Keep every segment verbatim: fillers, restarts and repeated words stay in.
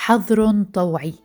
حظر طوعي.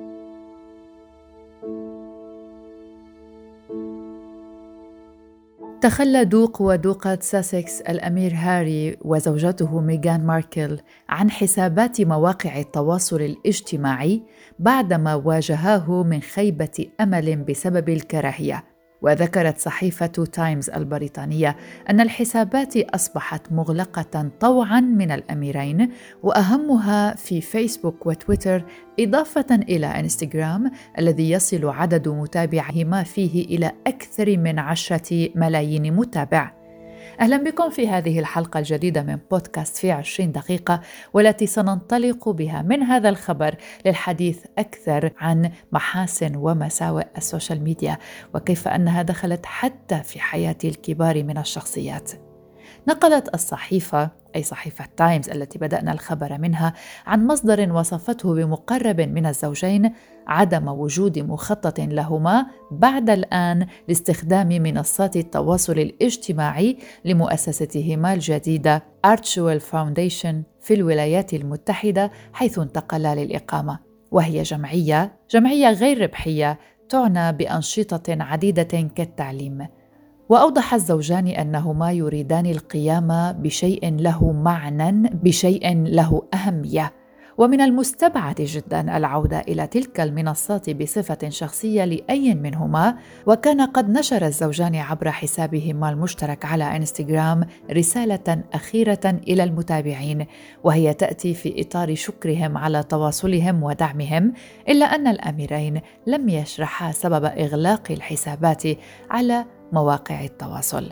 تخلى دوق ودوقة ساسكس الأمير هاري وزوجته ميغان ماركل عن حسابات مواقع التواصل الاجتماعي بعدما واجهاه من خيبة أمل بسبب الكراهية. وذكرت صحيفة تايمز البريطانية أن الحسابات أصبحت مغلقة طوعاً من الأميرين، وأهمها في فيسبوك وتويتر، إضافة إلى إنستغرام الذي يصل عدد متابعيهما فيه إلى أكثر من عشرة ملايين متابع. أهلا بكم في هذه الحلقة الجديدة من بودكاست في عشرين دقيقة، والتي سننطلق بها من هذا الخبر للحديث أكثر عن محاسن ومساوئ السوشيال ميديا وكيف أنها دخلت حتى في حياة الكبار من الشخصيات. نقلت الصحيفة أي صحيفة تايمز التي بدأنا الخبر منها عن مصدر وصفته بمقرب من الزوجين عدم وجود مخطط لهما بعد الآن لاستخدام منصات التواصل الاجتماعي لمؤسستهما الجديدة Archewell Foundation في الولايات المتحدة، حيث انتقلا للإقامة، وهي جمعية جمعية غير ربحية تعنى بأنشطة عديدة كالتعليم. وأوضح الزوجان أنهما يريدان القيام بشيء له معنى، بشيء له أهمية، ومن المستبعد جدا العودة إلى تلك المنصات بصفة شخصية لأي منهما. وكان قد نشر الزوجان عبر حسابهما المشترك على إنستغرام رسالة أخيرة إلى المتابعين، وهي تأتي في إطار شكرهم على تواصلهم ودعمهم، إلا أن الأميرين لم يشرحا سبب إغلاق الحسابات على مواقع التواصل.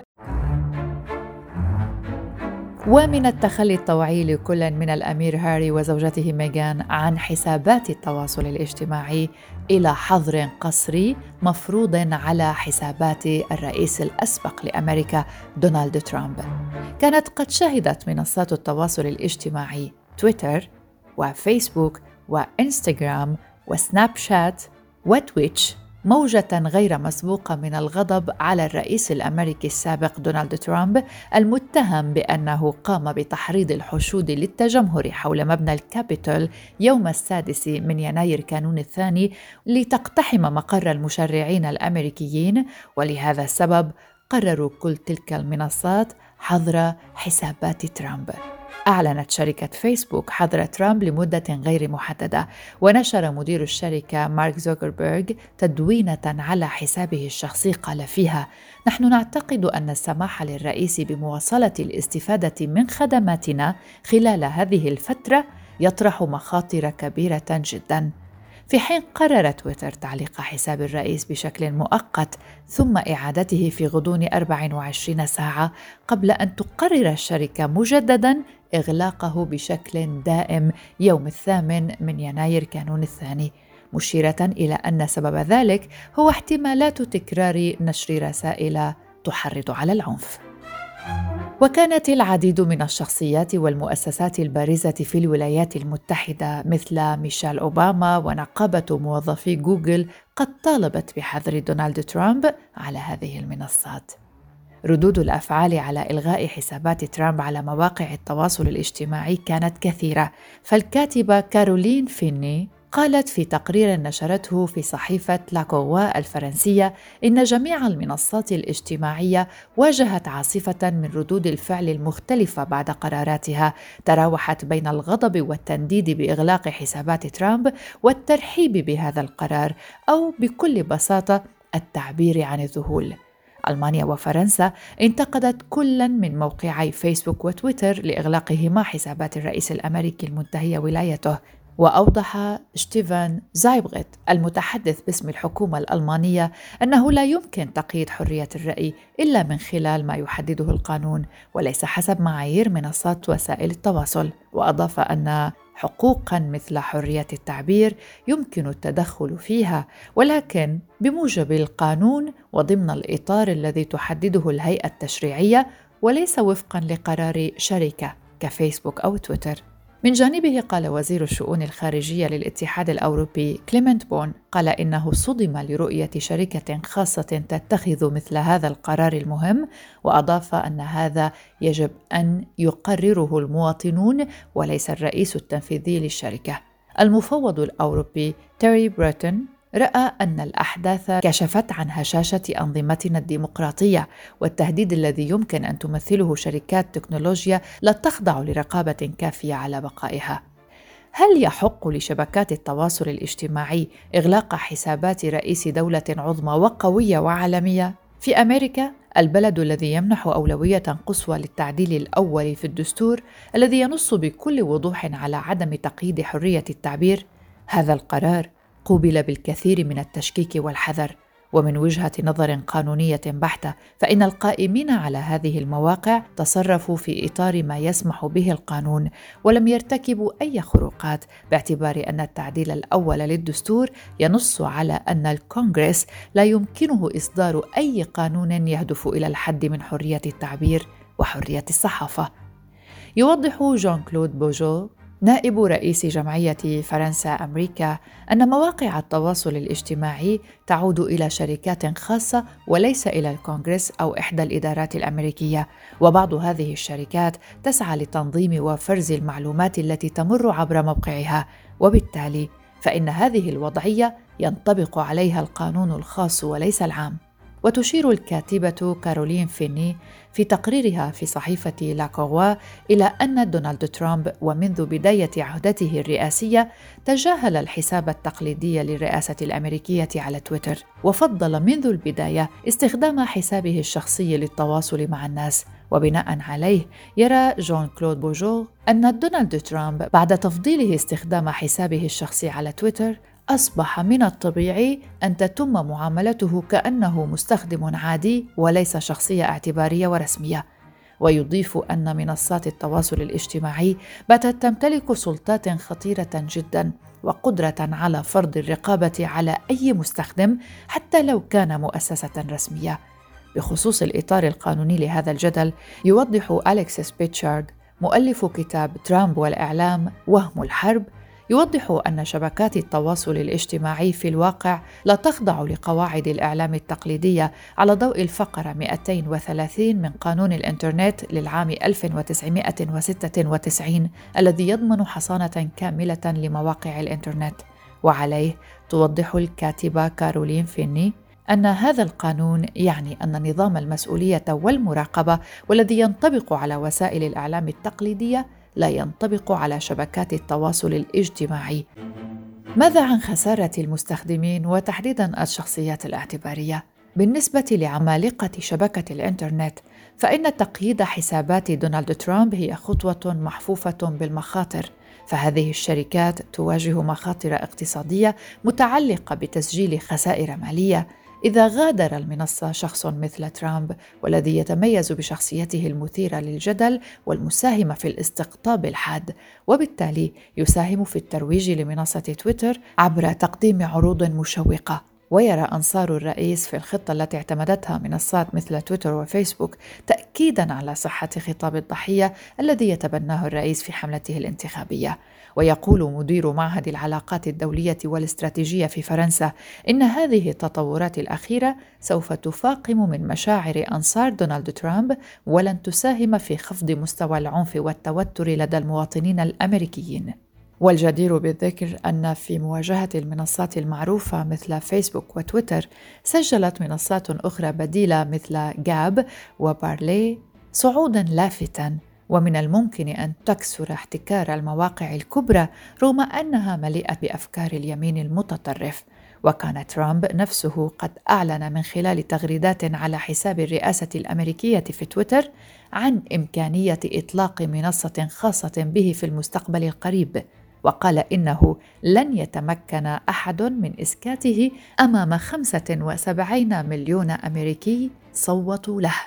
ومن التخلي الطوعي لكل من الأمير هاري وزوجته ميغان عن حسابات التواصل الاجتماعي إلى حظر قسري مفروض على حسابات الرئيس الأسبق لأمريكا دونالد ترامب. كانت قد شهدت منصات التواصل الاجتماعي تويتر وفيسبوك وإنستغرام وسناب شات وتويتش موجة غير مسبوقة من الغضب على الرئيس الأمريكي السابق دونالد ترامب، المتهم بأنه قام بتحريض الحشود للتجمهر حول مبنى الكابيتول يوم السادس من يناير كانون الثاني لتقتحم مقر المشرعين الأمريكيين. ولهذا السبب قرروا كل تلك المنصات حظر حسابات ترامب. أعلنت شركة فيسبوك حظر ترامب لمدة غير محددة، ونشر مدير الشركة مارك زوكربيرغ تدوينة على حسابه الشخصي قال فيها: نحن نعتقد أن السماح للرئيس بمواصلة الاستفادة من خدماتنا خلال هذه الفترة يطرح مخاطر كبيرة جداً. في حين قرر تويتر تعليق حساب الرئيس بشكل مؤقت ثم إعادته في غضون أربع وعشرين ساعة قبل أن تقرر الشركة مجدداً إغلاقه بشكل دائم يوم الثامن من يناير كانون الثاني، مشيرة إلى أن سبب ذلك هو احتمالات تكرار نشر رسائل تحرض على العنف. وكانت العديد من الشخصيات والمؤسسات البارزة في الولايات المتحدة مثل ميشيل أوباما ونقابة موظفي جوجل قد طالبت بحظر دونالد ترامب على هذه المنصات. ردود الأفعال على إلغاء حسابات ترامب على مواقع التواصل الاجتماعي كانت كثيرة، فالكاتبة كارولين فيني قالت في تقرير نشرته في صحيفة لاكوا الفرنسية إن جميع المنصات الاجتماعية واجهت عاصفة من ردود الفعل المختلفة بعد قراراتها تراوحت بين الغضب والتنديد بإغلاق حسابات ترامب والترحيب بهذا القرار، أو بكل بساطة التعبير عن الذهول. ألمانيا وفرنسا انتقدت كلا من موقعي فيسبوك وتويتر لإغلاقهما حسابات الرئيس الأمريكي المنتهية ولايته. وأوضح ستيفان زايبغت المتحدث باسم الحكومة الألمانية أنه لا يمكن تقييد حرية الرأي إلا من خلال ما يحدده القانون وليس حسب معايير منصات وسائل التواصل. وأضاف أن حقوقاً مثل حرية التعبير يمكن التدخل فيها، ولكن بموجب القانون وضمن الإطار الذي تحدده الهيئة التشريعية، وليس وفقاً لقرار شركة كفيسبوك أو تويتر. من جانبه قال وزير الشؤون الخارجية للاتحاد الأوروبي كليمنت بون قال إنه صدم لرؤية شركة خاصة تتخذ مثل هذا القرار المهم، وأضاف أن هذا يجب أن يقرره المواطنون وليس الرئيس التنفيذي للشركة. المفوض الأوروبي تيري بريتون رأى أن الأحداث كشفت عن هشاشة أنظمتنا الديمقراطية والتهديد الذي يمكن أن تمثله شركات تكنولوجيا لا تخضع لرقابة كافية على بقائها. هل يحق لشبكات التواصل الاجتماعي إغلاق حسابات رئيس دولة عظمى وقوية وعالمية؟ في أمريكا، البلد الذي يمنح أولوية قصوى للتعديل الأول في الدستور الذي ينص بكل وضوح على عدم تقييد حرية التعبير، هذا القرار قوبل بالكثير من التشكيك والحذر. ومن وجهة نظر قانونية بحتة، فإن القائمين على هذه المواقع تصرفوا في إطار ما يسمح به القانون ولم يرتكبوا أي خروقات، باعتبار أن التعديل الأول للدستور ينص على أن الكونغرس لا يمكنه إصدار أي قانون يهدف إلى الحد من حرية التعبير وحرية الصحافة. يوضح جون كلود بوجو نائب رئيس جمعية فرنسا أمريكا أن مواقع التواصل الاجتماعي تعود إلى شركات خاصة وليس إلى الكونغرس أو إحدى الإدارات الأمريكية، وبعض هذه الشركات تسعى لتنظيم وفرز المعلومات التي تمر عبر موقعها، وبالتالي فإن هذه الوضعية ينطبق عليها القانون الخاص وليس العام. وتشير الكاتبة كارولين فيني في تقريرها في صحيفة لاكوروا إلى أن دونالد ترامب ومنذ بداية عهدته الرئاسية تجاهل الحساب التقليدي للرئاسة الأمريكية على تويتر، وفضل منذ البداية استخدام حسابه الشخصي للتواصل مع الناس. وبناء عليه يرى جون كلود بوجو أن دونالد ترامب بعد تفضيله استخدام حسابه الشخصي على تويتر أصبح من الطبيعي أن تتم معاملته كأنه مستخدم عادي وليس شخصية اعتبارية ورسمية. ويضيف أن منصات التواصل الاجتماعي باتت تمتلك سلطات خطيرة جداً وقدرة على فرض الرقابة على أي مستخدم حتى لو كان مؤسسة رسمية. بخصوص الإطار القانوني لهذا الجدل، يوضح أليكسيس بيتشارد مؤلف كتاب ترامب والإعلام وهم الحرب، يوضح أن شبكات التواصل الاجتماعي في الواقع لا تخضع لقواعد الإعلام التقليدية على ضوء الفقرة مئتين وثلاثين من قانون الإنترنت للعام ألف وتسعمائة وستة وتسعين الذي يضمن حصانة كاملة لمواقع الإنترنت. وعليه توضح الكاتبة كارولين فيني أن هذا القانون يعني أن نظام المسؤولية والمراقبة والذي ينطبق على وسائل الإعلام التقليدية لا ينطبق على شبكات التواصل الاجتماعي. ماذا عن خسارة المستخدمين وتحديداً الشخصيات الاعتبارية؟ بالنسبة لعمالقة شبكة الإنترنت، فإن تقييد حسابات دونالد ترامب هي خطوة محفوفة بالمخاطر، فهذه الشركات تواجه مخاطر اقتصادية متعلقة بتسجيل خسائر مالية إذا غادر المنصة شخص مثل ترامب، والذي يتميز بشخصيته المثيرة للجدل والمساهمة في الاستقطاب الحاد، وبالتالي يساهم في الترويج لمنصة تويتر عبر تقديم عروض مشوقة. ويرى أنصار الرئيس في الخطة التي اعتمدتها منصات مثل تويتر وفيسبوك تأكيداً على صحة خطاب الضحية الذي يتبناه الرئيس في حملته الانتخابية. ويقول مدير معهد العلاقات الدولية والاستراتيجية في فرنسا إن هذه التطورات الأخيرة سوف تفاقم من مشاعر أنصار دونالد ترامب ولن تساهم في خفض مستوى العنف والتوتر لدى المواطنين الأمريكيين. والجدير بالذكر أن في مواجهة المنصات المعروفة مثل فيسبوك وتويتر، سجلت منصات أخرى بديلة مثل جاب وبارلي صعوداً لافتاً، ومن الممكن أن تكسر احتكار المواقع الكبرى رغم أنها مليئة بأفكار اليمين المتطرف. وكان ترامب نفسه قد أعلن من خلال تغريدات على حساب الرئاسة الأمريكية في تويتر عن إمكانية إطلاق منصة خاصة به في المستقبل القريب، وقال إنه لن يتمكن أحد من إسكاته أمام خمسة وسبعين مليون أمريكي صوتوا له.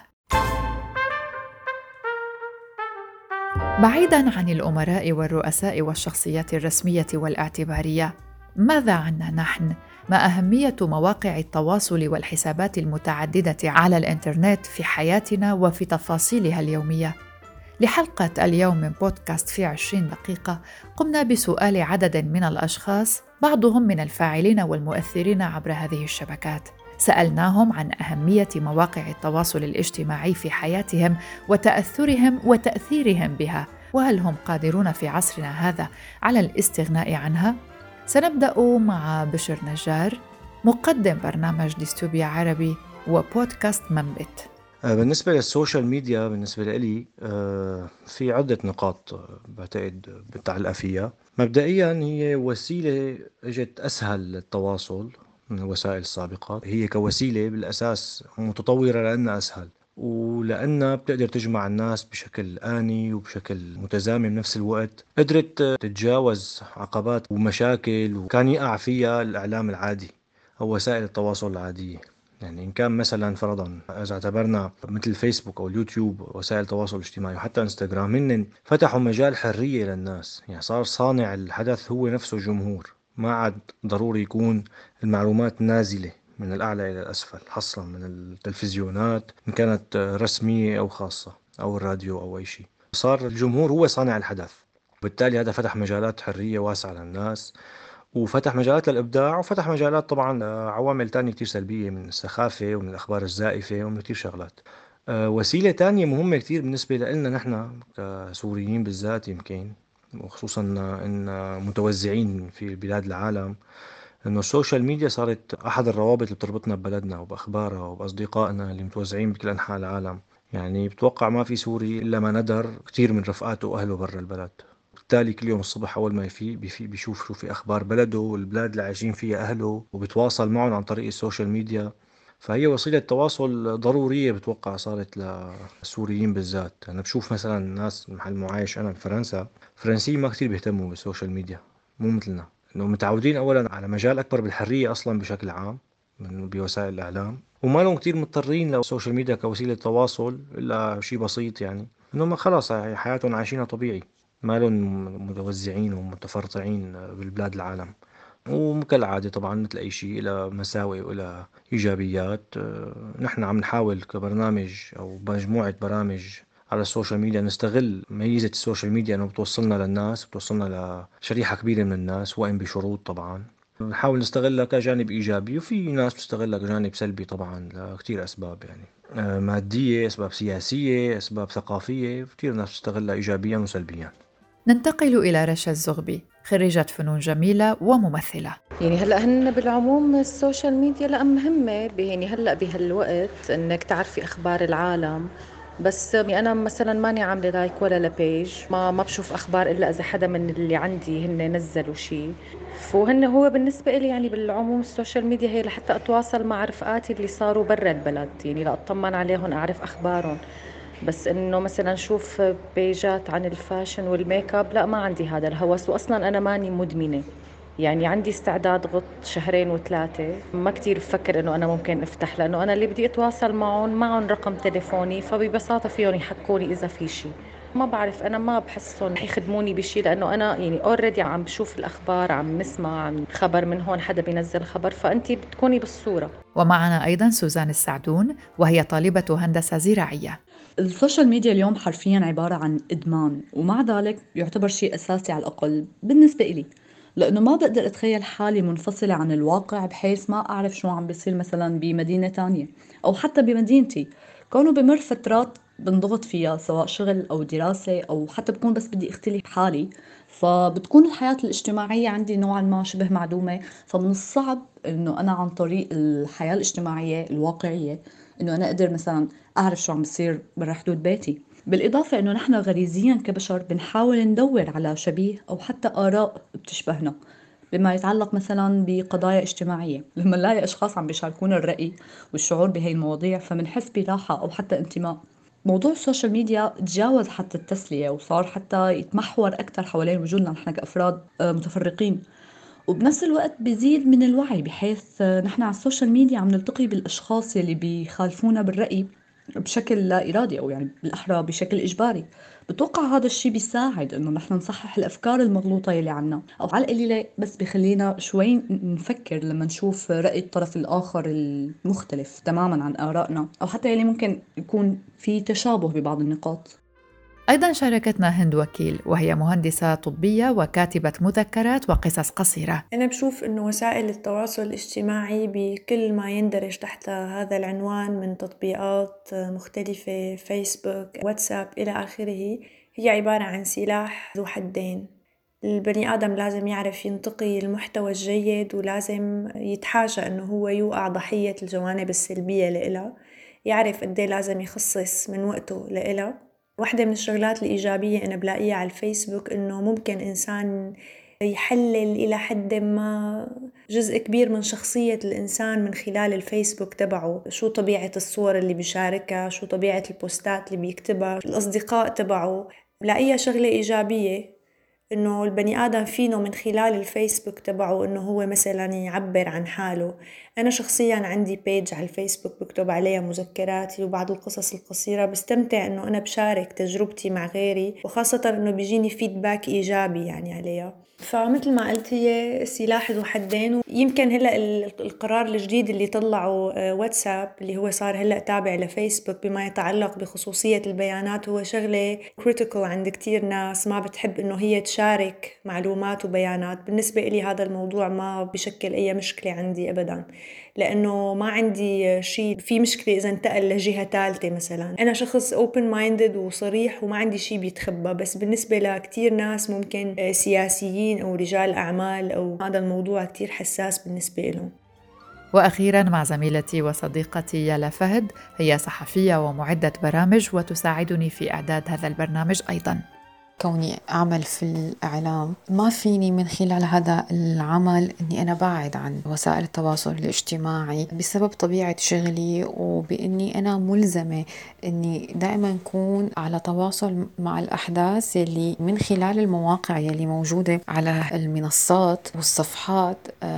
بعيداً عن الأمراء والرؤساء والشخصيات الرسمية والاعتبارية، ماذا عنا نحن؟ ما أهمية مواقع التواصل والحسابات المتعددة على الإنترنت في حياتنا وفي تفاصيلها اليومية؟ لحلقة اليوم من بودكاست في عشرين دقيقة قمنا بسؤال عدد من الأشخاص، بعضهم من الفاعلين والمؤثرين عبر هذه الشبكات. سألناهم عن أهمية مواقع التواصل الاجتماعي في حياتهم وتأثرهم وتأثيرهم بها، وهل هم قادرون في عصرنا هذا على الاستغناء عنها؟ سنبدأ مع بشر نجار، مقدم برنامج ديستوبيا عربي وبودكاست منبت. بالنسبة للسوشيال ميديا بالنسبة لي في عدة نقاط بعتقد بتعلق فيها. مبدئيا هي وسيلة اجت أسهل للتواصل من الوسائل السابقة. هي كوسيلة بالأساس متطورة لأنها أسهل، ولأنها بتقدر تجمع الناس بشكل آني وبشكل متزامن بنفس الوقت. قدرت تتجاوز عقبات ومشاكل وكان يقع فيها الإعلام العادي أو وسائل التواصل العادية. يعني إن كان مثلا فرضا إذا اعتبرنا مثل فيسبوك أو اليوتيوب وسائل التواصل الاجتماعي وحتى انستغرام، هن فتحوا مجال حرية للناس. يعني صار صانع الحدث هو نفسه الجمهور، ما عاد ضروري يكون المعلومات نازلة من الأعلى إلى الأسفل حصرا من التلفزيونات إن كانت رسمية أو خاصة أو الراديو أو أي شيء. صار الجمهور هو صانع الحدث، وبالتالي هذا فتح مجالات حرية واسعة للناس، وفتح مجالات للإبداع، وفتح مجالات طبعا عوامل تانية كتير سلبية من السخافة ومن الأخبار الزائفة ومن كتير شغلات. أه، وسيلة تانية مهمة كتير بالنسبة لنا نحن كسوريين بالذات يمكن، وخصوصا إن متوزعين في بلاد العالم، إنه السوشيال ميديا صارت أحد الروابط اللي بتربطنا ببلدنا وبأخبارها وبأصدقائنا اللي متوزعين بكل أنحاء العالم. يعني بتوقع ما في سوري إلا ما ندر كتير من رفقاته وأهله برا البلد. بالتالي كل يوم الصبح أول ما يفيق بيفيق بيشوف شو في أخبار بلده والبلاد اللي عايشين فيها أهله، وبيتواصل معهم عن طريق السوشيال ميديا. فهي وسيلة تواصل ضرورية بتوقع صارت للسوريين بالذات. أنا بشوف مثلا ناس محل معايش أنا بفرنسا، فرنسيين ما كتير بيهتموا بالسوشيال ميديا، مو مثلنا، إنه متعودين أولا على مجال أكبر بالحرية أصلا بشكل عام من بوسائل الإعلام، وما لهم كتير مضطرين للسوشيال ميديا كوسيلة تواصل إلا شيء بسيط. يعني إنهم خلاص حياتهم عايشينها طبيعي، ما لهم متوزعين ومتفرطعين بالبلاد العالم. وكالعادة طبعا مثل أي شيء إلى مساوئ وإلى إيجابيات. أه، نحن عم نحاول كبرنامج أو مجموعة برامج على السوشيال ميديا نستغل ميزة السوشيال ميديا أنه بتوصلنا للناس، بتوصلنا لشريحة كبيرة من الناس، وإن بشروط طبعا. نحاول نستغلها كجانب إيجابي، وفي ناس بتستغلها كجانب سلبي طبعا لكتير أسباب، يعني أه، مادية، أسباب سياسية، أسباب ثقافية. كتير ناس بتستغلها إيجابيا وسلبيا. ننتقل إلى رشا الزغبي، خريجة فنون جميلة وممثلة. يعني هلا هن بالعموم السوشيال ميديا لا مهمة، يعني هلا بهالوقت انك تعرفي اخبار العالم. بس يعني انا مثلا ماني عامله لايك ولا لبيج، ما ما بشوف اخبار الا اذا حدا من اللي عندي هن نزلوا شيء. فهن هو بالنسبه لي يعني بالعموم السوشيال ميديا هي لحتى اتواصل مع رفقاتي اللي صاروا برا البلد، يعني لاطمن عليهم اعرف اخبارهم. بس انه مثلا شوف بيجات عن الفاشن والميك اب، لا ما عندي هذا الهوس، واصلا انا ماني مدمنه. يعني عندي استعداد غط شهرين وثلاثة، ما كتير بفكر انه انا ممكن افتح، لانه انا اللي بدي اتواصل معهم معهم رقم تليفوني، فببساطة فيهم يحكوني اذا في شيء. ما بعرف، انا ما بحسهم يخدموني بشيء، لانه انا يعني اوريدي عم بشوف الاخبار، عم نسمع عن خبر من هون، حدا بينزل خبر فانتي بتكوني بالصورة. ومعنا أيضا سوزان السعدون، وهي طالبة هندسة زراعية. السوشيال ميديا اليوم حرفيا عبارة عن إدمان، ومع ذلك يعتبر شيء أساسي على الأقل بالنسبة إلي، لأنه ما بقدر أتخيل حالي منفصلة عن الواقع بحيث ما أعرف شو عم بيصير مثلا بمدينة تانية أو حتى بمدينتي. كونه بمر فترات بنضغط فيها سواء شغل أو دراسة أو حتى بكون بس بدي أختلي حالي، فبتكون الحياة الاجتماعية عندي نوعا ما شبه معدومة. فمن الصعب إنه أنا عن طريق الحياة الاجتماعية الواقعية إنه أنا أقدر مثلا أعرف شو عم بصير برا حدود بيتي. بالإضافة إنه نحن غريزيا كبشر بنحاول ندور على شبيه أو حتى آراء بتشبهنا بما يتعلق مثلا بقضايا اجتماعية. لما نلاقي أشخاص عم بيشاركون الرأي والشعور بهي المواضيع فمنحس براحة أو حتى انتماء. موضوع السوشيال ميديا تجاوز حتى التسلية وصار حتى يتمحور أكثر حوالين وجودنا نحن كأفراد آه، متفرقين، وبنفس الوقت بيزيد من الوعي بحيث نحن على السوشيال ميديا عم نلتقي بالأشخاص يلي بيخالفونا بالرأي بشكل لا إرادي، أو يعني بالأحرى بشكل إجباري. بتوقع هذا الشيء بيساعد إنه نحن نصحح الأفكار المغلوطة يلي عنا، أو على القليلة بس بخلينا شوي نفكر لما نشوف رأي الطرف الآخر المختلف تماما عن آرائنا، أو حتى يلي ممكن يكون في تشابه ببعض النقاط. أيضا شاركتنا هند وكيل، وهي مهندسة طبية وكاتبة مذكرات وقصص قصيرة. أنا بشوف إنه وسائل التواصل الاجتماعي بكل ما يندرج تحت هذا العنوان من تطبيقات مختلفة، فيسبوك، واتساب إلى آخره، هي عبارة عن سلاح ذو حدين. البني آدم لازم يعرف ينتقي المحتوى الجيد، ولازم يتحاشى أنه هو يوقع ضحية الجوانب السلبية لإلها، يعرف قديه لازم يخصص من وقته لإلها. واحدة من الشغلات الإيجابية أنا بلاقيها على الفيسبوك إنه ممكن إنسان يحلل إلى حد ما جزء كبير من شخصية الإنسان من خلال الفيسبوك تبعه، شو طبيعة الصور اللي بيشاركها، شو طبيعة البوستات اللي بيكتبها، الأصدقاء تبعه. بلاقيها شغلة إيجابية إنه البني آدم فينه من خلال الفيسبوك تبعه إنه هو مثلاً يعبر عن حاله. أنا شخصياً عندي بيج على الفيسبوك بكتب عليها مذكراتي وبعض القصص القصيرة، بستمتع إنه أنا بشارك تجربتي مع غيري، وخاصة إنه بيجيني فيدباك إيجابي يعني عليها. فمثل ما قلت هي سلاح ذو حدين. ويمكن هلأ القرار الجديد اللي طلعه واتساب اللي هو صار هلأ تابع لفيسبوك بما يتعلق بخصوصية البيانات هو شغلة critical عند كتير ناس ما بتحب إنه هي تشارك معلومات وبيانات. بالنسبة إلي هذا الموضوع ما بشكل أي مشكلة عندي أبداً، لأنه ما عندي شيء في مشكلة إذا انتقل لجهة ثالثة. مثلاً أنا شخص open minded وصريح وما عندي شيء بيتخبى، بس بالنسبة لكتير ناس ممكن سياسيين أو رجال أعمال أو هذا الموضوع كتير حساس بالنسبة لهم. وأخيراً مع زميلتي وصديقتي يالا فهد، هي صحفية ومعدة برامج وتساعدني في إعداد هذا البرنامج أيضاً. كوني أعمل في الإعلام ما فيني من خلال هذا العمل أني أنا بعد عن وسائل التواصل الاجتماعي بسبب طبيعة شغلي، وبأني أنا ملزمة أني دائما أكون على تواصل مع الأحداث اللي من خلال المواقع اللي موجودة على المنصات والصفحات.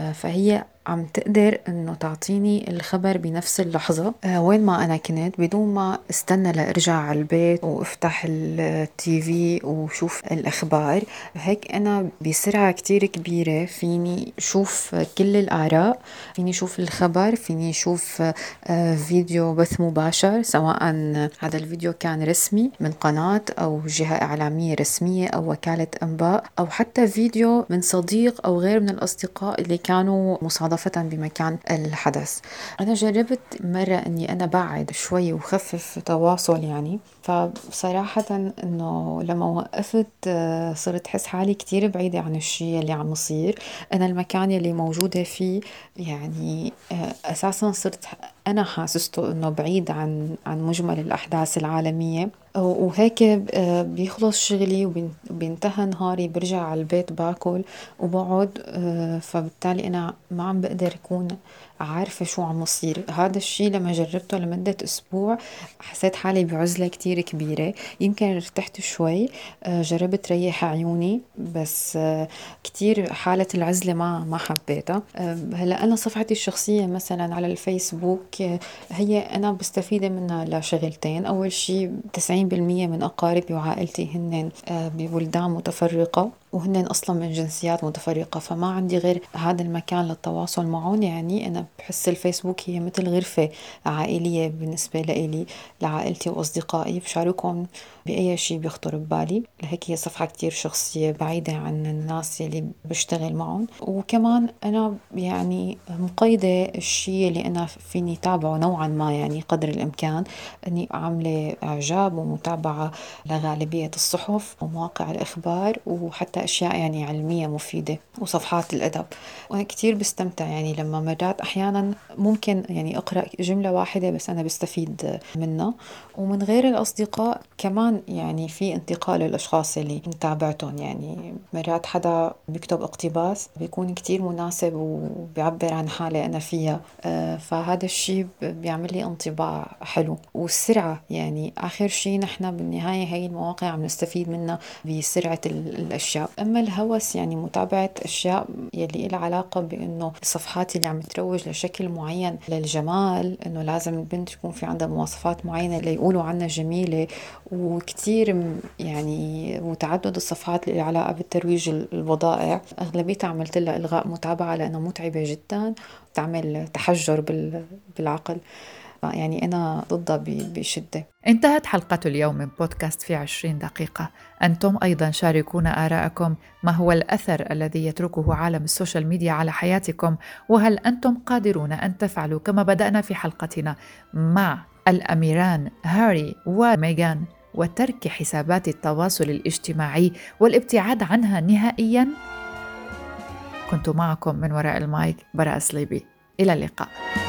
فهي عم تقدر انه تعطيني الخبر بنفس اللحظة أه وين ما انا كنت، بدون ما استنى لارجع على البيت وافتح التي في وشوف الاخبار. هيك انا بسرعة كتير كبيرة فيني شوف كل الاراء، فيني شوف الخبر، فيني شوف أه فيديو بث مباشر، سواء هذا الفيديو كان رسمي من قناة او جهة اعلامية رسمية او وكالة انباء، او حتى فيديو من صديق او غير من الاصدقاء اللي كانوا مصادفة بمكان الحدث. أنا جربت مرة أني أنا بعد شوي وخفف تواصل يعني، فصراحة أنه لما وقفت صرت حس حالي كتير بعيدة عن الشيء اللي عم يصير. أنا المكان اللي موجودة فيه يعني أساسا صرت أنا حاسسته أنه بعيد عن عن مجمل الأحداث العالمية، وهيك بيخلص شغلي وبينتهى نهاري، برجع على البيت باكل وبقعد، فبالتالي أنا ما عم بقدر أكون عارفة شو عم يصير. هذا الشيء لما جربته لمدة أسبوع حسيت حالي بعزلة كتير كبيرة. يمكن ارتحت شوي، جربت ريح عيوني، بس كتير حالة العزلة ما ما حبيتها. هلا أنا صفحتي الشخصية مثلا على الفيسبوك هي أنا بستفيد منها لشغلتين. أول شيء تسعين بالمية من أقاربي وعائلتي هن ببلدان متفرقة وهن أصلا من جنسيات متفرقة، فما عندي غير هذا المكان للتواصل معهم. يعني أنا بحس الفيسبوك هي مثل غرفة عائلية بالنسبة لي، لعائلتي وأصدقائي، بشاركهم بأي شيء بيخطر ببالي. لهيك هي صفحة كتير شخصية بعيدة عن الناس اللي بشتغل معهم. وكمان أنا يعني مقيدة الشيء اللي أنا فيني تابعه نوعا ما، يعني قدر الإمكان أني عاملة إعجاب ومتابعة لغالبية الصحف ومواقع الإخبار وحتى أشياء يعني علمية مفيدة وصفحات الأدب. وأنا كتير بستمتع يعني لما مرات أحيانا ممكن يعني أقرأ جملة واحدة بس أنا بستفيد منها. ومن غير الأصدقاء كمان يعني في انتقاء للأشخاص اللي متابعتهم، يعني مرات حدا بيكتب اقتباس بيكون كتير مناسب وبيعبر عن حالة أنا فيها، فهذا الشيء بيعمل لي انطباع حلو. والسرعة يعني آخر شيء نحن بالنهاية هاي المواقع عم نستفيد منها بسرعة الأشياء. أما الهوس يعني متابعة أشياء يلي إلها علاقة بأنه الصفحات اللي عم تروج لشكل معين للجمال، أنه لازم البنت يكون في عندها مواصفات معينة ليقولوا عنها جميلة، وكتير يعني وتعدد الصفحات اللي علاقة بالترويج البضائع أغلبيتها عملت لها إلغاء متابعة لأنها متعبة جدا وتعمل تحجر بالعقل. يعني أنا ضدها بشدة. انتهت حلقة اليوم من بودكاست في عشرين دقيقة. أنتم أيضا شاركونا آراءكم، ما هو الأثر الذي يتركه عالم السوشيال ميديا على حياتكم؟ وهل أنتم قادرون أن تفعلوا كما بدأنا في حلقتنا مع الأميران هاري وميغان وترك حسابات التواصل الاجتماعي والابتعاد عنها نهائياً؟ كنت معكم من وراء المايك براء صليبي، إلى اللقاء.